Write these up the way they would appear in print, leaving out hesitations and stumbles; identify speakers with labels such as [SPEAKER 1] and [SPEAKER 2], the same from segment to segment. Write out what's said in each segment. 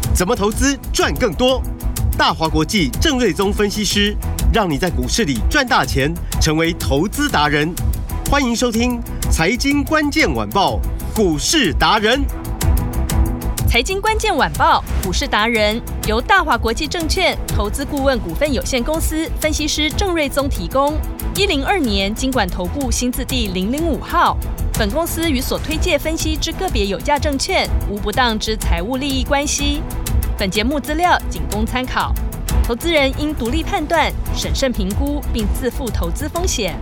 [SPEAKER 1] 怎么投资赚更多？大华国际郑瑞宗分析师让你在股市里赚大钱，成为投资达人。欢迎收听《财经关键晚报》股市达人。
[SPEAKER 2] 财经关键晚报股市达人由大华国际证券投资顾问股份有限公司分析师郑瑞宗提供。102年金管投顾新字第005号。本公司与所推介分析之个别有价证券无不当之财务利益关系。本节目资料仅供参考，投资人应独立判断、审慎评估，并自负投资风险。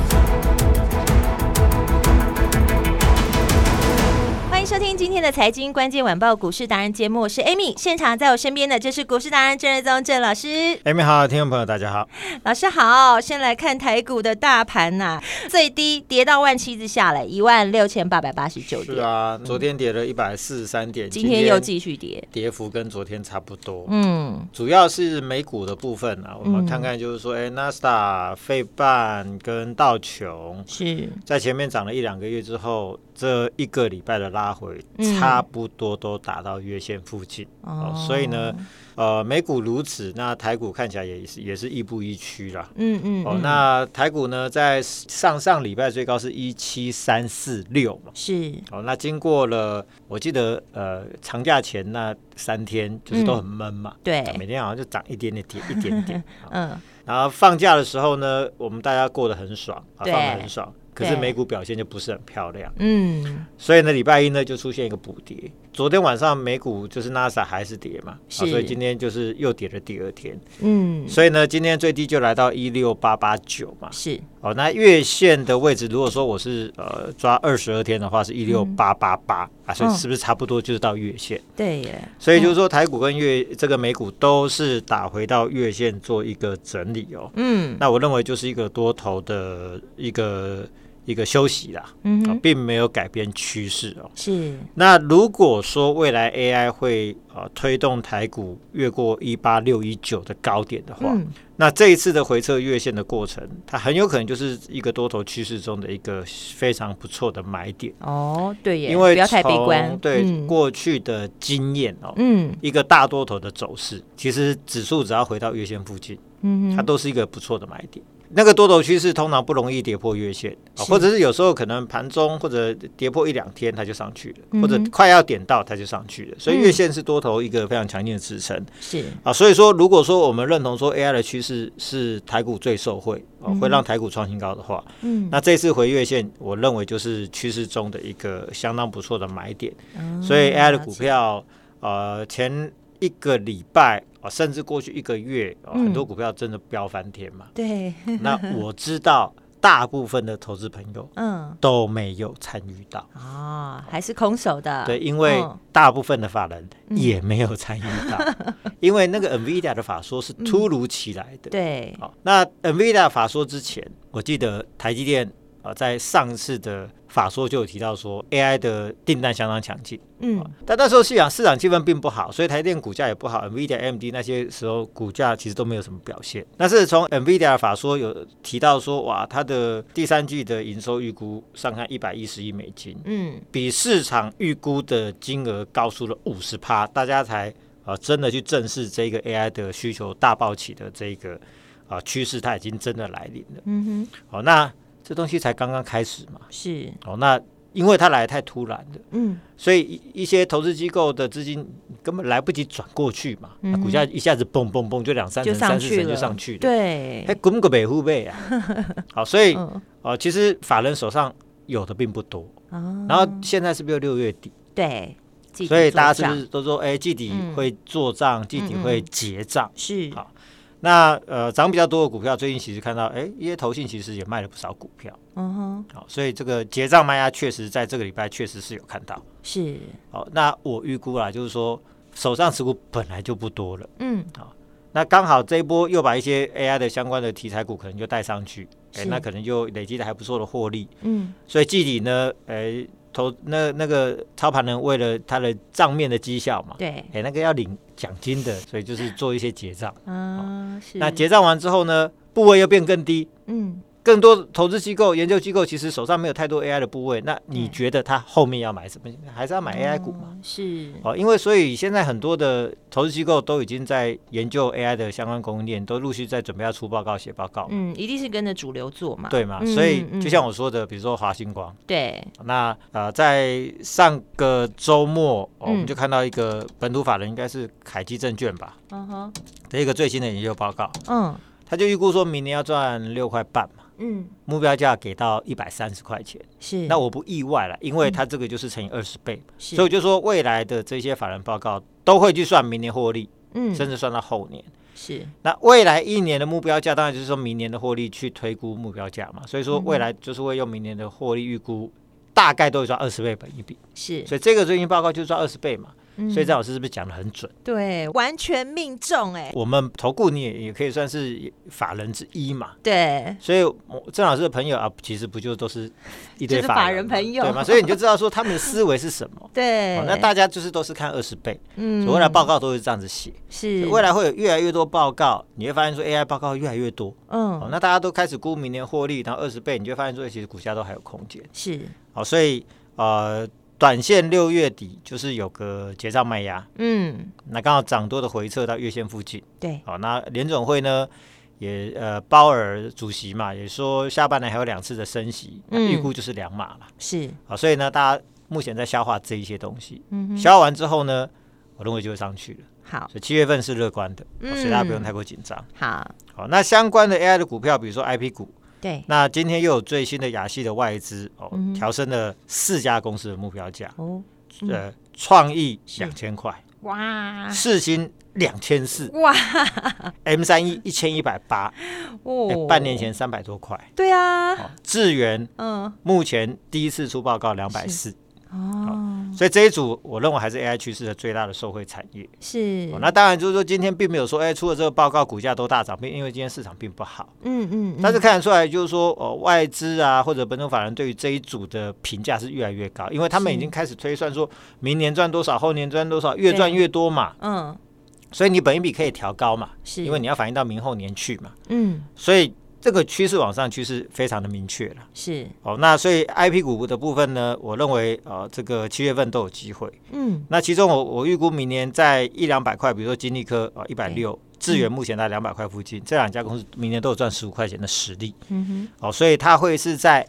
[SPEAKER 3] 欢迎收听今天的财经关键晚报股市达人节目，我是 Amy， 现场在我身边的就是股市达人郑瑞宗郑老师。
[SPEAKER 4] Amy 好，听众朋友大家好。
[SPEAKER 3] 老师好，先来看台股的大盘最低跌到17000之下来16889点。
[SPEAKER 4] 是啊，昨天跌了143点，
[SPEAKER 3] 今天又继续跌，
[SPEAKER 4] 跌幅跟昨天差不多。主要是美股的部分我们看看就是说，纳斯达、费半跟道琼
[SPEAKER 3] 是在
[SPEAKER 4] 前面涨了1-2个月之后，这1个礼拜的拉回差不多都打到月线附近，所以呢，美股如此，那台股看起来也是亦步亦趋啦。那台股呢，在上礼拜最高是17346嘛，是那经过了我记得长假前那3天就是都很闷嘛，对，每天好像就涨一点点，跌一点点，然后放假的时候呢，我们大家过得很爽，放得很爽。可是美股表现就不是很漂亮，所以呢，礼拜一呢就出现一个补跌。昨天晚上美股就是纳斯达还是跌嘛，所以今天就是又跌了第二天，所以呢，今天最低就来到16889嘛，是那月线的位置，如果说我是抓22天的话是16888所以是不是差不多就是到月线？对耶，所以就是说台股跟这个美股都是打回到月线做一个整理那我认为就是一个多头的一个休息啦，并没有改变趋势是。那如果说未来 AI 会推动台股越过18619的高点的话，那这一次的回测月线的过程，它很有可能就是一个多头趋势中的一个非常不错的买点对耶，因为不要太悲观。对过去的经验一个大多头的走势，其实指数只要回到月线附近，它都是一个不错的买点。那个多头趋势通常不容易跌破月线，或者是有时候可能盘中或者跌破1-2天它就上去了，或者快要点到它就上去了，所以月线是多头一个非常强劲的支撑。是所以说如果说我们认同说 AI 的趋势是台股最受惠，会让台股创新高的话，那这次回月线，我认为就是趋势中的一个相当不错的买点。所以 AI 的股票前1个礼拜甚至过去1个月很多股票真的飙翻天嘛。对，那我知道大部分的投资朋友都没有参与到
[SPEAKER 3] 还是空手的。
[SPEAKER 4] 对，因为大部分的法人也没有参与到，因为那个 NVIDIA 的法说是突如其来的。对，那 NVIDIA 法说之前，我记得台积电在上次的法说就有提到说 AI 的订单相当强劲，但那时候市场气氛并不好，所以台电股价也不好 ，NVIDIA、AMD 那些时候股价其实都没有什么表现。但是从 NVIDIA 的法说有提到说，哇，它的第3季的营收预估上看110亿美金，比市场预估的金额高出了50%，大家才真的去正视这个 AI 的需求大爆起的这个趋势，它已经真的来临了。那这东西才刚刚开始嘛，是那因为它来得太突然了，所以一些投资机构的资金根本来不及转过去嘛，那股价一下子蹦蹦蹦就2-3成、3-4成就上去了，对，还滚个北户背啊，好，所以其实法人手上有的并不多，然后现在是不是6月底？对，所以大家是不是都说，季底会做账，季底会结账？是好。那涨比较多的股票，最近其实看到，一些投信其实也卖了不少股票，好，所以这个结账卖压确实在这个礼拜确实是有看到，是，好，那我预估啦，就是说手上持股本来就不多了，好，那刚好这一波又把一些 AI 的相关的题材股可能就带上去，那可能就累积的还不错的获利，所以季底呢，那个操盘人为了他的账面的绩效嘛，对，那个要领奖金的，所以就是做一些结账。那结账完之后呢，部位又变更低， 更多投资机构、研究机构其实手上没有太多 AI 的部位，那你觉得他后面要买什么？还是要买 AI 股嘛？
[SPEAKER 3] 是
[SPEAKER 4] 因为所以现在很多的投资机构都已经在研究 AI 的相关供应链，都陆续在准备要出报告、写报告。
[SPEAKER 3] 一定是跟着主流做嘛，
[SPEAKER 4] 对嘛？所以就像我说的，比如说华星光，
[SPEAKER 3] 对，
[SPEAKER 4] 那在上个周末，我们就看到一个本土法人，应该是凯基证券吧，的一个最新的研究报告，他就预估说明年要赚6块半嘛，目标价给到130块钱，
[SPEAKER 3] 是，
[SPEAKER 4] 那我不意外了，因为它这个就是乘以20倍，所以我就说未来的这些法人报告都会去算明年获利，甚至算到后年。
[SPEAKER 3] 是，
[SPEAKER 4] 那未来1年的目标价，当然就是说明年的获利去推估目标价嘛，所以说未来就是会用明年的获利预估，大概都会赚20倍本益比，
[SPEAKER 3] 是，
[SPEAKER 4] 所以这个最新报告就是赚20倍嘛。所以张老师是不是讲得很准？
[SPEAKER 3] 对，完全命中
[SPEAKER 4] 我们投顾你也可以算是法人之一嘛。
[SPEAKER 3] 对，
[SPEAKER 4] 所以郑老师的朋友啊，其实不就都是一堆
[SPEAKER 3] 法人朋友，
[SPEAKER 4] 对吗？所以你就知道说他们的思维是什么。
[SPEAKER 3] 对，
[SPEAKER 4] 那大家就是都是看20倍，所以未来报告都是这样子写。
[SPEAKER 3] 是，
[SPEAKER 4] 未来会有越来越多报告，你会发现说 AI 报告越来越多。那大家都开始估明年获利，然后20倍，你就会发现说其实股价都还有空间。
[SPEAKER 3] 是，
[SPEAKER 4] 所以短线6月底就是有个结账卖压，那刚好涨多的回撤到月线附近，
[SPEAKER 3] 对，
[SPEAKER 4] 那联总会呢也鲍尔主席嘛也说下半年还有2次的升息，预估就是2码了，
[SPEAKER 3] 是，
[SPEAKER 4] 所以呢大家目前在消化这一些东西，消化完之后呢，我认为就会上去了，
[SPEAKER 3] 好，
[SPEAKER 4] 所以7月份是乐观的，所以大家不用太过紧张，
[SPEAKER 3] 好，
[SPEAKER 4] 那相关的 AI 的股票，比如说 IP 股。
[SPEAKER 3] 对，
[SPEAKER 4] 那今天又有最新的亚系的外资调升了4家公司的目标价，创意2000块，
[SPEAKER 3] 哇，
[SPEAKER 4] 世新2400，
[SPEAKER 3] 哇
[SPEAKER 4] ，M31 1180，半年前300多块，
[SPEAKER 3] 对啊，
[SPEAKER 4] 智原目前第一次出报告240。所以这一组我认为还是 AI 趋势的最大的受惠产业。
[SPEAKER 3] 是，
[SPEAKER 4] 那当然就是说今天并没有说，出了这个报告股价都大涨，因为今天市场并不好。但是看得出来就是说，外资啊或者本土法人对于这一组的评价是越来越高，因为他们已经开始推算说明年赚多少，后年赚多少，越赚越多嘛。所以你本益比可以调高嘛，因为你要反映到明后年去嘛。所以这个趋势往上趋势非常的明确了，
[SPEAKER 3] 是
[SPEAKER 4] 那所以 IP 股的部分呢，我认为这个7月份都有机会。那其中我预估明年在100-200块，比如说金利科160，智原目前在200块附近，这2家公司明年都有赚15块钱的实力。所以它会是在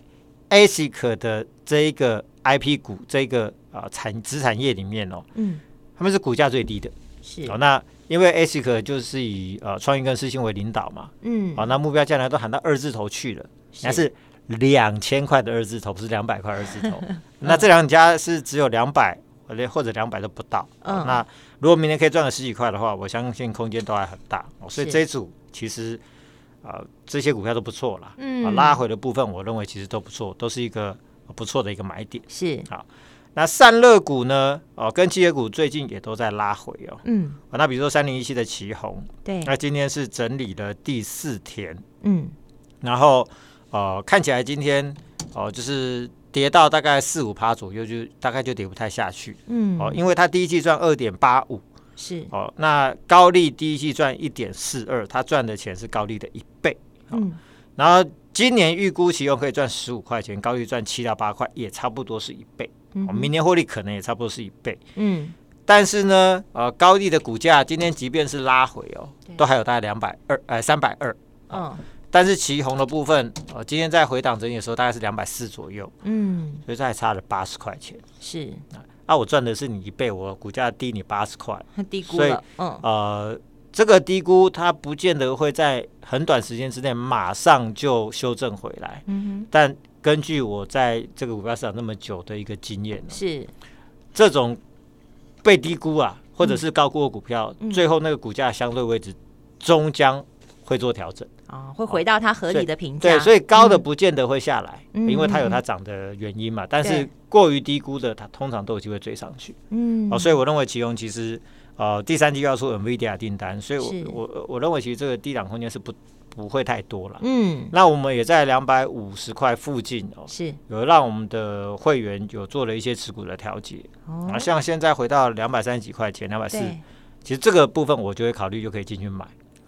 [SPEAKER 4] ASIC 的这一个 IP 股这个子产业里面他们是股价最低的。是那因为 ASIC 就是以创意跟世芯为领导嘛，那目标价呢都喊到2字头去了，那是2000块的2字头，不是200块2字头。那这2家是只有200或者200都不到。那如果明年可以赚个10几块的话，我相信空间都还很大。所以这一组其实这些股票都不错啦，拉回的部分我认为其实都不错，都是一个不错的一个买点。
[SPEAKER 3] 是
[SPEAKER 4] 好。那散热股呢？跟企业股最近也都在拉回那比如说3017的奇鋐，
[SPEAKER 3] 对，
[SPEAKER 4] 那今天是整理了第4天，然后看起来今天就是跌到大概4-5%左右，就大概就跌不太下去，因为它第一季赚2.85，
[SPEAKER 3] 是
[SPEAKER 4] 那高利第一季赚1.42，它赚的钱是高利的1倍，然后今年预估奇鋐可以赚15块钱，高利赚7-8块，也差不多是1倍。明年获利可能也差不多是1倍，但是呢，高利的股价今天即便是拉回都还有大概320，但是奇鋐的部分，今天在回档整理的时候大概是240左右，所以这还差了80块钱，
[SPEAKER 3] 是
[SPEAKER 4] 我赚的是你1倍，我股价低你80块，
[SPEAKER 3] 低估了，
[SPEAKER 4] 所以这个低估它不见得会在很短时间之内马上就修正回来，但根据我在这个股票市场那么久的一个经验，
[SPEAKER 3] 是
[SPEAKER 4] 这种被低估或者是高估的股票，最后那个股价相对位置终将会做调整，
[SPEAKER 3] 会回到它合理的评
[SPEAKER 4] 价。对，所以高的不见得会下来，因为它有它涨的原因嘛。但是过于低估的，它通常都有机会追上去。所以我认为奇鋐其实第3季要出 NVIDIA 订单，所以我认为其实这个低档空间是不会太多了。那我们也在250块附近
[SPEAKER 3] 是
[SPEAKER 4] 有让我们的会员有做了一些持股的调节。像现在回到230几块钱，240，其实这个部分我就会考虑就可以进去买。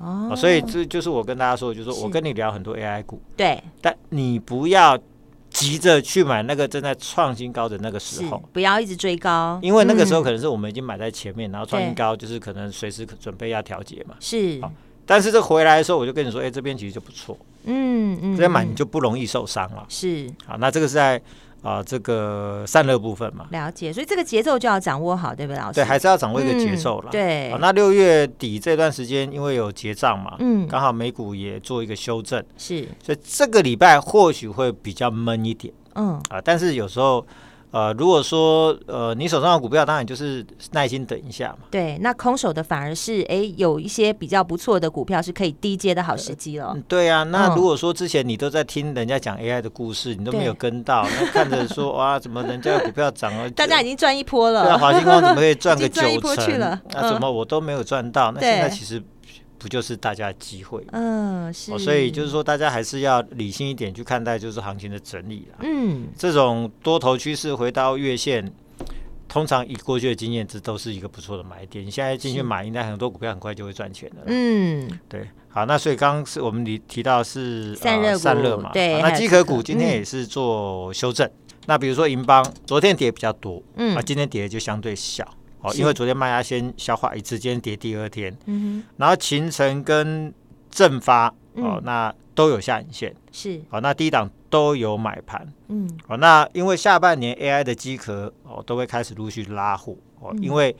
[SPEAKER 4] 所以这就是我跟大家说的，就是说我跟你聊很多 AI 股，
[SPEAKER 3] 对，
[SPEAKER 4] 但你不要急着去买那个正在创新高的那个时候，
[SPEAKER 3] 不要一直追高，
[SPEAKER 4] 因为那个时候可能是我们已经买在前面，然后创新高就是可能随时准备要调节嘛。
[SPEAKER 3] 是，
[SPEAKER 4] 但是这回来的时候，我就跟你说，这边其实就不错，这边买你就不容易受伤了。
[SPEAKER 3] 是，
[SPEAKER 4] 好，那这个是在这个散热部分嘛，
[SPEAKER 3] 了解，所以这个节奏就要掌握好，对不对，老师？
[SPEAKER 4] 对，还是要掌握一个节奏啦。
[SPEAKER 3] 对，
[SPEAKER 4] 那6月底这段时间，因为有结账嘛，刚好美股也做一个修正，
[SPEAKER 3] 是，
[SPEAKER 4] 所以这个礼拜或许会比较闷一点，但是有时候。如果说你手上的股票，当然就是耐心等一下嘛。
[SPEAKER 3] 对，那空手的反而是有一些比较不错的股票是可以低接的好时机了。
[SPEAKER 4] 对啊，那如果说之前你都在听人家讲 AI 的故事，你都没有跟到，那看着说哇，怎么人家的股票涨了，
[SPEAKER 3] 大家已经赚一波了。
[SPEAKER 4] 对啊，华星光怎么可以赚个
[SPEAKER 3] 90%去了？
[SPEAKER 4] 那怎么我都没有赚到？那现在其实。不就是大家的机会？
[SPEAKER 3] 是，
[SPEAKER 4] 所以就是说，大家还是要理性一点去看待，就是行情的整理啦。这种多头趋势回到月线，通常以过去的经验，这都是一个不错的买点。你现在进去买，应该很多股票很快就会赚钱的。对。好，那所以刚刚是我们提到是
[SPEAKER 3] 散热
[SPEAKER 4] 嘛，
[SPEAKER 3] 对。
[SPEAKER 4] 那机壳股今天也是做修正。那比如说银邦，昨天跌比较多，今天跌的就相对小。因为昨天卖压先消化一次，今天跌第二天，然后勤诚跟正发那都有下影线，
[SPEAKER 3] 是
[SPEAKER 4] 那第一档都有买盘，那因为下半年 AI 的机壳都会开始陆续拉货，因为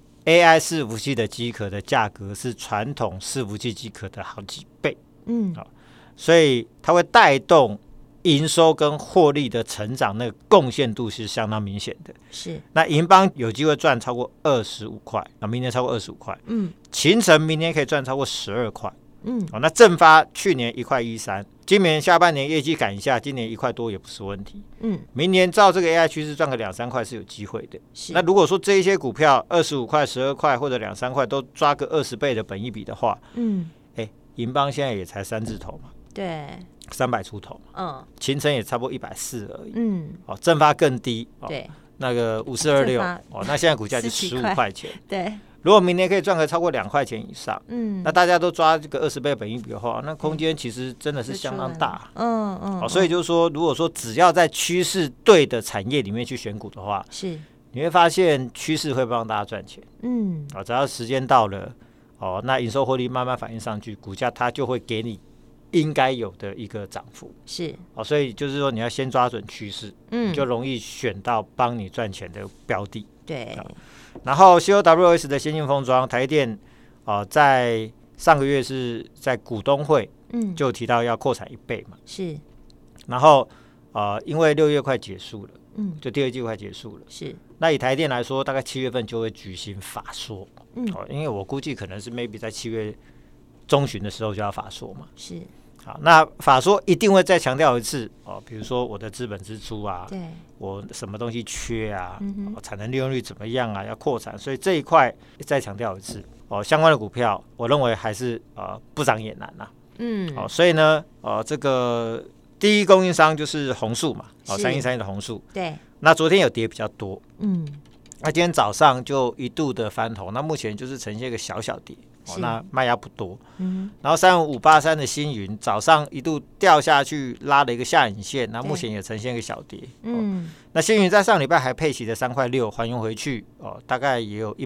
[SPEAKER 4] AI 伺服器的机壳的价格是传统伺服器机壳的好几倍，所以它会带动。营收跟获利的成长，那个贡献度是相当明显的。
[SPEAKER 3] 是，
[SPEAKER 4] 那银邦有机会赚超过25块，那明年超过25块。勤诚明年可以赚超过12块。那正发去年1块13，今年下半年业绩赶一下，今年1块多也不是问题。明年照这个 AI 趋势赚个2-3块是有机会的。那如果说这一些股票25块、12块或者2-3块都抓个20倍的本益比的话，银邦现在也才3字头嘛。
[SPEAKER 3] 对。
[SPEAKER 4] 300出头，勤诚也差不多140而已，正发更低，
[SPEAKER 3] 对，
[SPEAKER 4] 那个5426，那现在股价就15块钱，
[SPEAKER 3] 对，
[SPEAKER 4] 如果明年可以赚个超过2块钱以上，那大家都抓这个20倍本益比的话，那空间其实真的是相当大，所以就是说，如果说只要在趋势对的产业里面去选股的话，
[SPEAKER 3] 是，
[SPEAKER 4] 你会发现趋势会帮大家赚钱，只要时间到了，那营收获利慢慢反映上去，股价它就会给你。应该有的一个涨幅
[SPEAKER 3] 是
[SPEAKER 4] 所以就是说你要先抓准趋势，就容易选到帮你赚钱的标的。
[SPEAKER 3] 对，
[SPEAKER 4] 然后 COWS 的先进封装，台电在上个月是在股东会就提到要扩产1倍嘛，
[SPEAKER 3] 是。
[SPEAKER 4] 然后因为6月快结束了，就第二季快结束了，
[SPEAKER 3] 是。
[SPEAKER 4] 那以台电来说，大概7月份就会举行法说，因为我估计可能是 maybe 在7月中旬的时候就要法说嘛，
[SPEAKER 3] 是。
[SPEAKER 4] 好，那法说一定会再强调一次比如说我的资本支出啊，
[SPEAKER 3] 对，
[SPEAKER 4] 我什么东西缺啊，产能利用率怎么样啊，要扩产，所以这一块再强调一次相关的股票，我认为还是不涨也难啦，所以呢这个第一供应商就是弘塑嘛，3131的弘塑，对，那昨天有跌比较多，那今天早上就一度的翻头，那目前就是呈现一个小小跌。那卖压不多，然后35583的星云早上一度掉下去，拉了一个下影线，那目前也呈现一个小跌。那星云在上礼拜还配齐的3块6还原回去，大概也有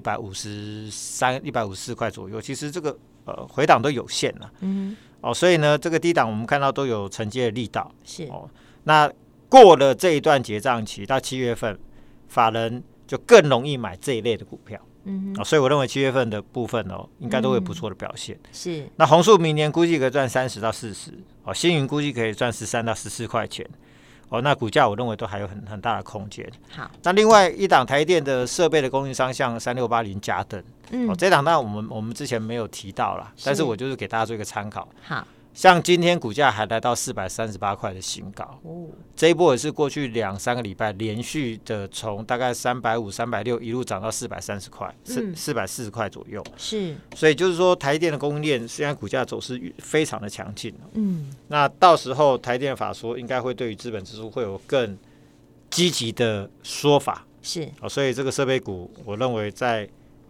[SPEAKER 4] 153、154块左右。其实这个回档都有限了，所以呢，这个低档我们看到都有承接的力道。是那过了这一段结账期，到7月份，法人就更容易买这一类的股票。所以我认为7月份的部分应该都会有不错的表现。是，那弘塑明年估计可以赚30到40，星云估计可以赚13到14块钱。那股价我认为都还有很大的空间。好，那另外一档台电的设备的供应商，像3680嘉登，这档当然我们之前没有提到啦，但是我就是给大家做一个参考。好。像今天股价还来到438块的新高，这一波也是过去2-3个礼拜连续的从大概350、360一路涨到430块，440块左右。是，所以就是说台电的供应链现在股价走势非常的强劲。那到时候台电法说应该会对于资本支出会有更积极的说法。是，所以这个设备股我认为在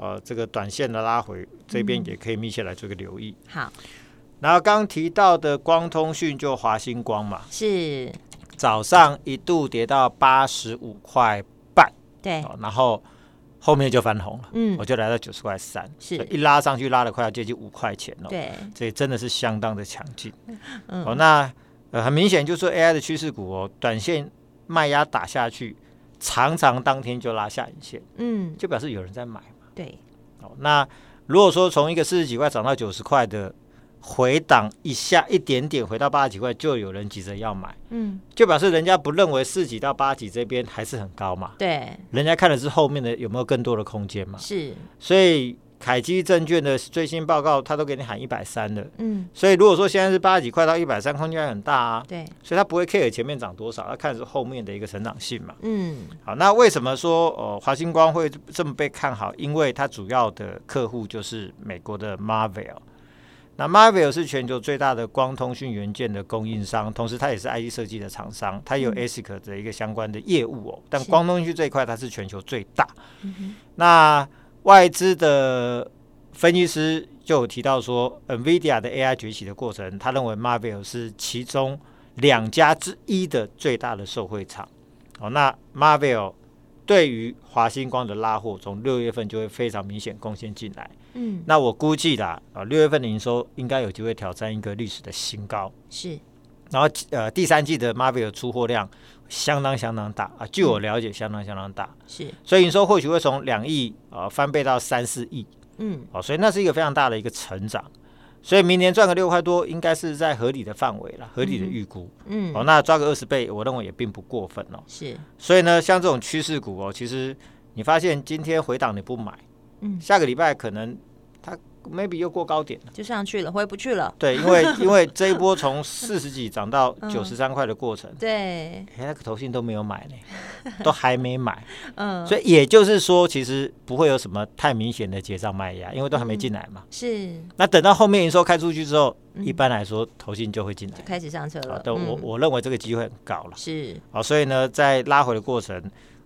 [SPEAKER 4] 这个短线的拉回，这边也可以密切来做个留意。
[SPEAKER 3] 好，
[SPEAKER 4] 然后刚提到的光通讯就华星光嘛，
[SPEAKER 3] 是
[SPEAKER 4] 早上一度跌到85块半，
[SPEAKER 3] 对，
[SPEAKER 4] 然后后面就翻红了，我就来到90块3，
[SPEAKER 3] 是
[SPEAKER 4] 一拉上去拉了快要接近5块钱了，
[SPEAKER 3] 对，
[SPEAKER 4] 所以真的是相当的强劲。那很明显就是说 AI 的趋势股短线卖压打下去，常常当天就拉下影线，就表示有人在买嘛。
[SPEAKER 3] 对，
[SPEAKER 4] 那如果说从一个40几块涨到90块的回档一下一点点回到80几块，就有人急着要买，就表示人家不认为40几到80几这边还是很高嘛，对，人家看的是后面的有没有更多的空间嘛，是，所以凯基证券的最新报告，他都给你喊130了，所以如果说现在是80几块到130，空间很大啊，对，所以他不会 care 前面涨多少，他看的是后面的一个成长性嘛，好，那为什么说华星光会这么被看好？因为它主要的客户就是美国的 Marvell。那 Marvell 是全球最大的光通讯元件的供应商，同时它也是 IC 设计的厂商，它有 ASIC 的一个相关的业务但光通讯这一块它是全球最大。那外资的分析师就有提到说 NVIDIA 的 AI 崛起的过程，他认为 Marvell 是其中2家之一的最大的受惠厂。那 Marvell 对于华星光的拉货，从6月份就会非常明显贡献进来。那我估计啦，6月份的营收应该有机会挑战一个历史的新高。是，然后第3季的 Marvell 出货量相当大啊，据我了解相当大。是，所以营收或许会从2亿翻倍到3、4亿。所以那是一个非常大的一个成长。所以明年赚个6块多，应该是在合理的范围啦，合理的预估。那抓个20倍，我认为也并不过分哦。是，所以呢，像这种趋势股其实你发现今天回档你不买，下个礼拜可能它 maybe 又过高点了，
[SPEAKER 3] 就上去了，回不去了。
[SPEAKER 4] 对，因为这一波从40几涨到93块的过程，对，那个投信都没有买呢，都还没买，所以也就是说，其实不会有什么太明显的结账卖压，因为都还没进来嘛。是，那等到后面营收开出去之后，一般来说投信就会进来，就
[SPEAKER 3] 开始上车了。
[SPEAKER 4] 我认为这个机会很高了。是，所以呢，在拉回的过程，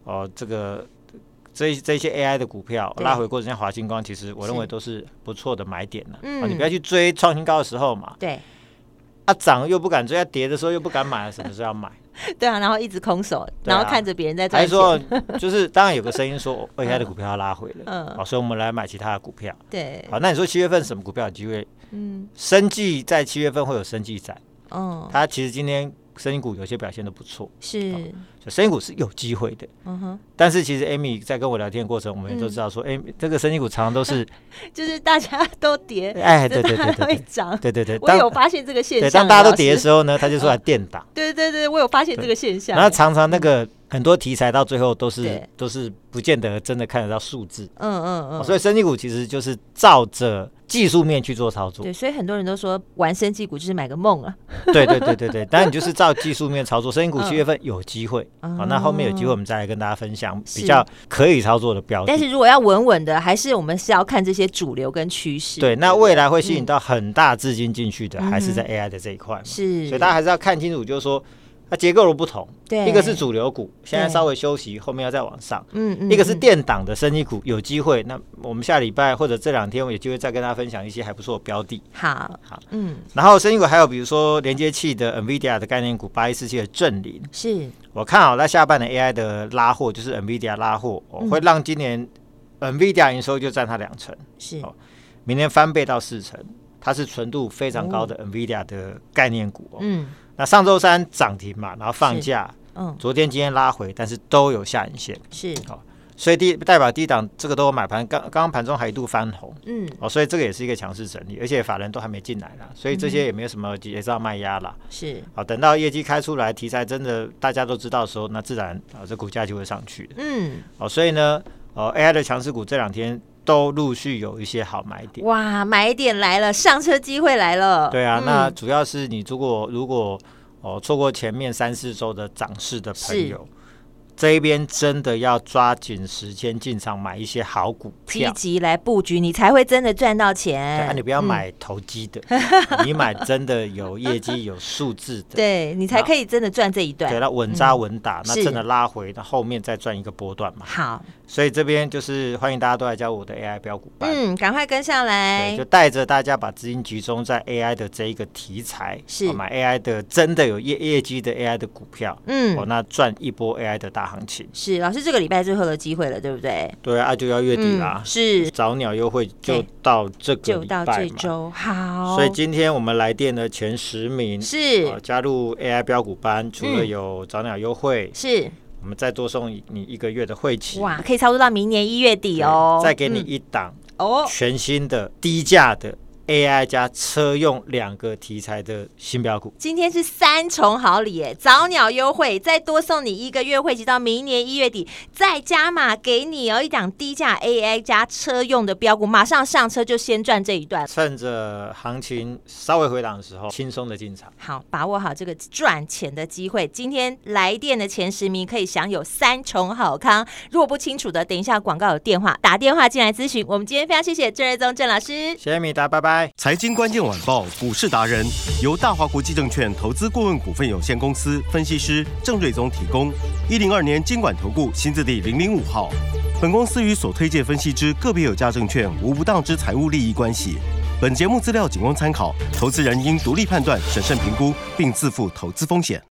[SPEAKER 4] 这些 AI 的股票拉回过程，像华星光，其实我认为都是不错的买点了。你不要去追创新高的时候嘛。对。涨又不敢追，跌的时候又不敢买，什么时候要买？
[SPEAKER 3] 对啊，然后一直空手，然后看着别人在赚钱。
[SPEAKER 4] 还说，就是当然有个声音说 AI 的股票要拉回了，所以我们来买其他的股票。对。好，那你说7月份什么股票有机会？生技在7月份会有生技展。它其实今天生技股有些表现都不错，是，生技股是有机会的。但是其实 Amy 在跟我聊天的过程，我们也都知道说，这个生技股常常都是，
[SPEAKER 3] 就是大家都跌，
[SPEAKER 4] 对，
[SPEAKER 3] 会涨，
[SPEAKER 4] 对，
[SPEAKER 3] 我有发现这个现象。
[SPEAKER 4] 当大家都跌的时候呢，他就出来垫档。
[SPEAKER 3] 对，我有发现这个现象。
[SPEAKER 4] 然后常常那个很多题材到最后都是不见得真的看得到数字。所以生技股其实就是照着技术面去做操作。
[SPEAKER 3] 对，所以很多人都说玩生技股就是买个梦啊。
[SPEAKER 4] 对，当然你就是照技术面操作。生技股7月份有机会，那后面有机会我们再来跟大家分享比较可以操作的标的。
[SPEAKER 3] 但是如果要稳稳的，还是我们是要看这些主流跟趋势。
[SPEAKER 4] 对，那未来会吸引到很大资金进去的，还是在 AI 的这一块。是，所以大家还是要看清楚，就是说它结构的不同。对，一个是主流股，现在稍微休息，后面要再往上。一个是垫档的生技股，有机会。那我们下礼拜或者这2天，我有机会再跟大家分享一些还不错的标的。好，然后生技股还有比如说连接器的 NVIDIA 的概念股8147的正霖，是我看好在下半年 AI 的拉货，就是 NVIDIA 拉货，会让今年 NVIDIA 营收就占它2成，是明年翻倍到4成，它是纯度非常高的 NVIDIA 的概念股。那上周3涨停嘛，然后放假，昨天今天拉回，但是都有下影线，是所以代表低档这个都有买盘，刚刚盘中还一度翻红，所以这个也是一个强势整理，而且法人都还没进来啦，所以这些也没有什么也是要卖压啦，是等到业绩开出来，题材真的大家都知道的时候，那自然这股价就会上去的，所以呢，AI 的强势股这2天都陆续有一些好买点。
[SPEAKER 3] 哇，买点来了，上车机会来了。
[SPEAKER 4] 对啊，那主要是你如果错过前面3、4周的涨势的朋友， 这一边真的要抓紧时间进场买一些好股票，
[SPEAKER 3] 积极来布局，你才会真的赚到钱。
[SPEAKER 4] 你不要买投机的，你买真的有业绩、有数字的，
[SPEAKER 3] 对你才可以真的赚这一段。
[SPEAKER 4] 对，那稳扎稳打，那真的拉回，那后面再赚一个波段嘛。
[SPEAKER 3] 好，
[SPEAKER 4] 所以这边就是欢迎大家都来加入我的 AI 标股班，
[SPEAKER 3] 赶快跟上来，
[SPEAKER 4] 就带着大家把资金集中在 AI 的这一个题材，
[SPEAKER 3] 是
[SPEAKER 4] 买 AI 的真的有业绩的 AI 的股票，那赚一波 AI 的大行情。
[SPEAKER 3] 是老师这个礼拜最后的机会了，对不对？
[SPEAKER 4] 对啊，就要月底啦，
[SPEAKER 3] 是
[SPEAKER 4] 早鸟优惠就到这个礼拜嘛，
[SPEAKER 3] 就到这周。好，
[SPEAKER 4] 所以今天我们来电的前10名
[SPEAKER 3] 是
[SPEAKER 4] 加入 AI 标股班，除了有早鸟优惠，
[SPEAKER 3] 是
[SPEAKER 4] 我们再多送你1个月的会期，
[SPEAKER 3] 哇，可以操作到明年1月底哦。
[SPEAKER 4] 再给你一档全新的低价的 AI 加车用2个题材的新标股。
[SPEAKER 3] 今天是3重好礼耶，早鸟优惠，再多送你1个月会期到明年1月底，再加码给你一档低价 AI 加车用的标股，马上上车就先赚这一段。
[SPEAKER 4] 趁着行情稍微回档的时候，轻松的进场。
[SPEAKER 3] 好，把握好这个赚钱的机会。今天来电的前10名可以享有3重好康。如果不清楚的，等一下广告有电话，打电话进来咨询。我们今天非常谢谢郑瑞宗郑老师，
[SPEAKER 4] 谢谢米达，拜拜。
[SPEAKER 1] 财经关键晚报股市达人由大华国际证券投资顾问股份有限公司分析师郑瑞宗提供。102年金管投顾新字第005号。本公司与所推介分析之个别有价证券无不当之财务利益关系。本节目资料仅供参考，投资人应独立判断、审慎评估，并自负投资风险。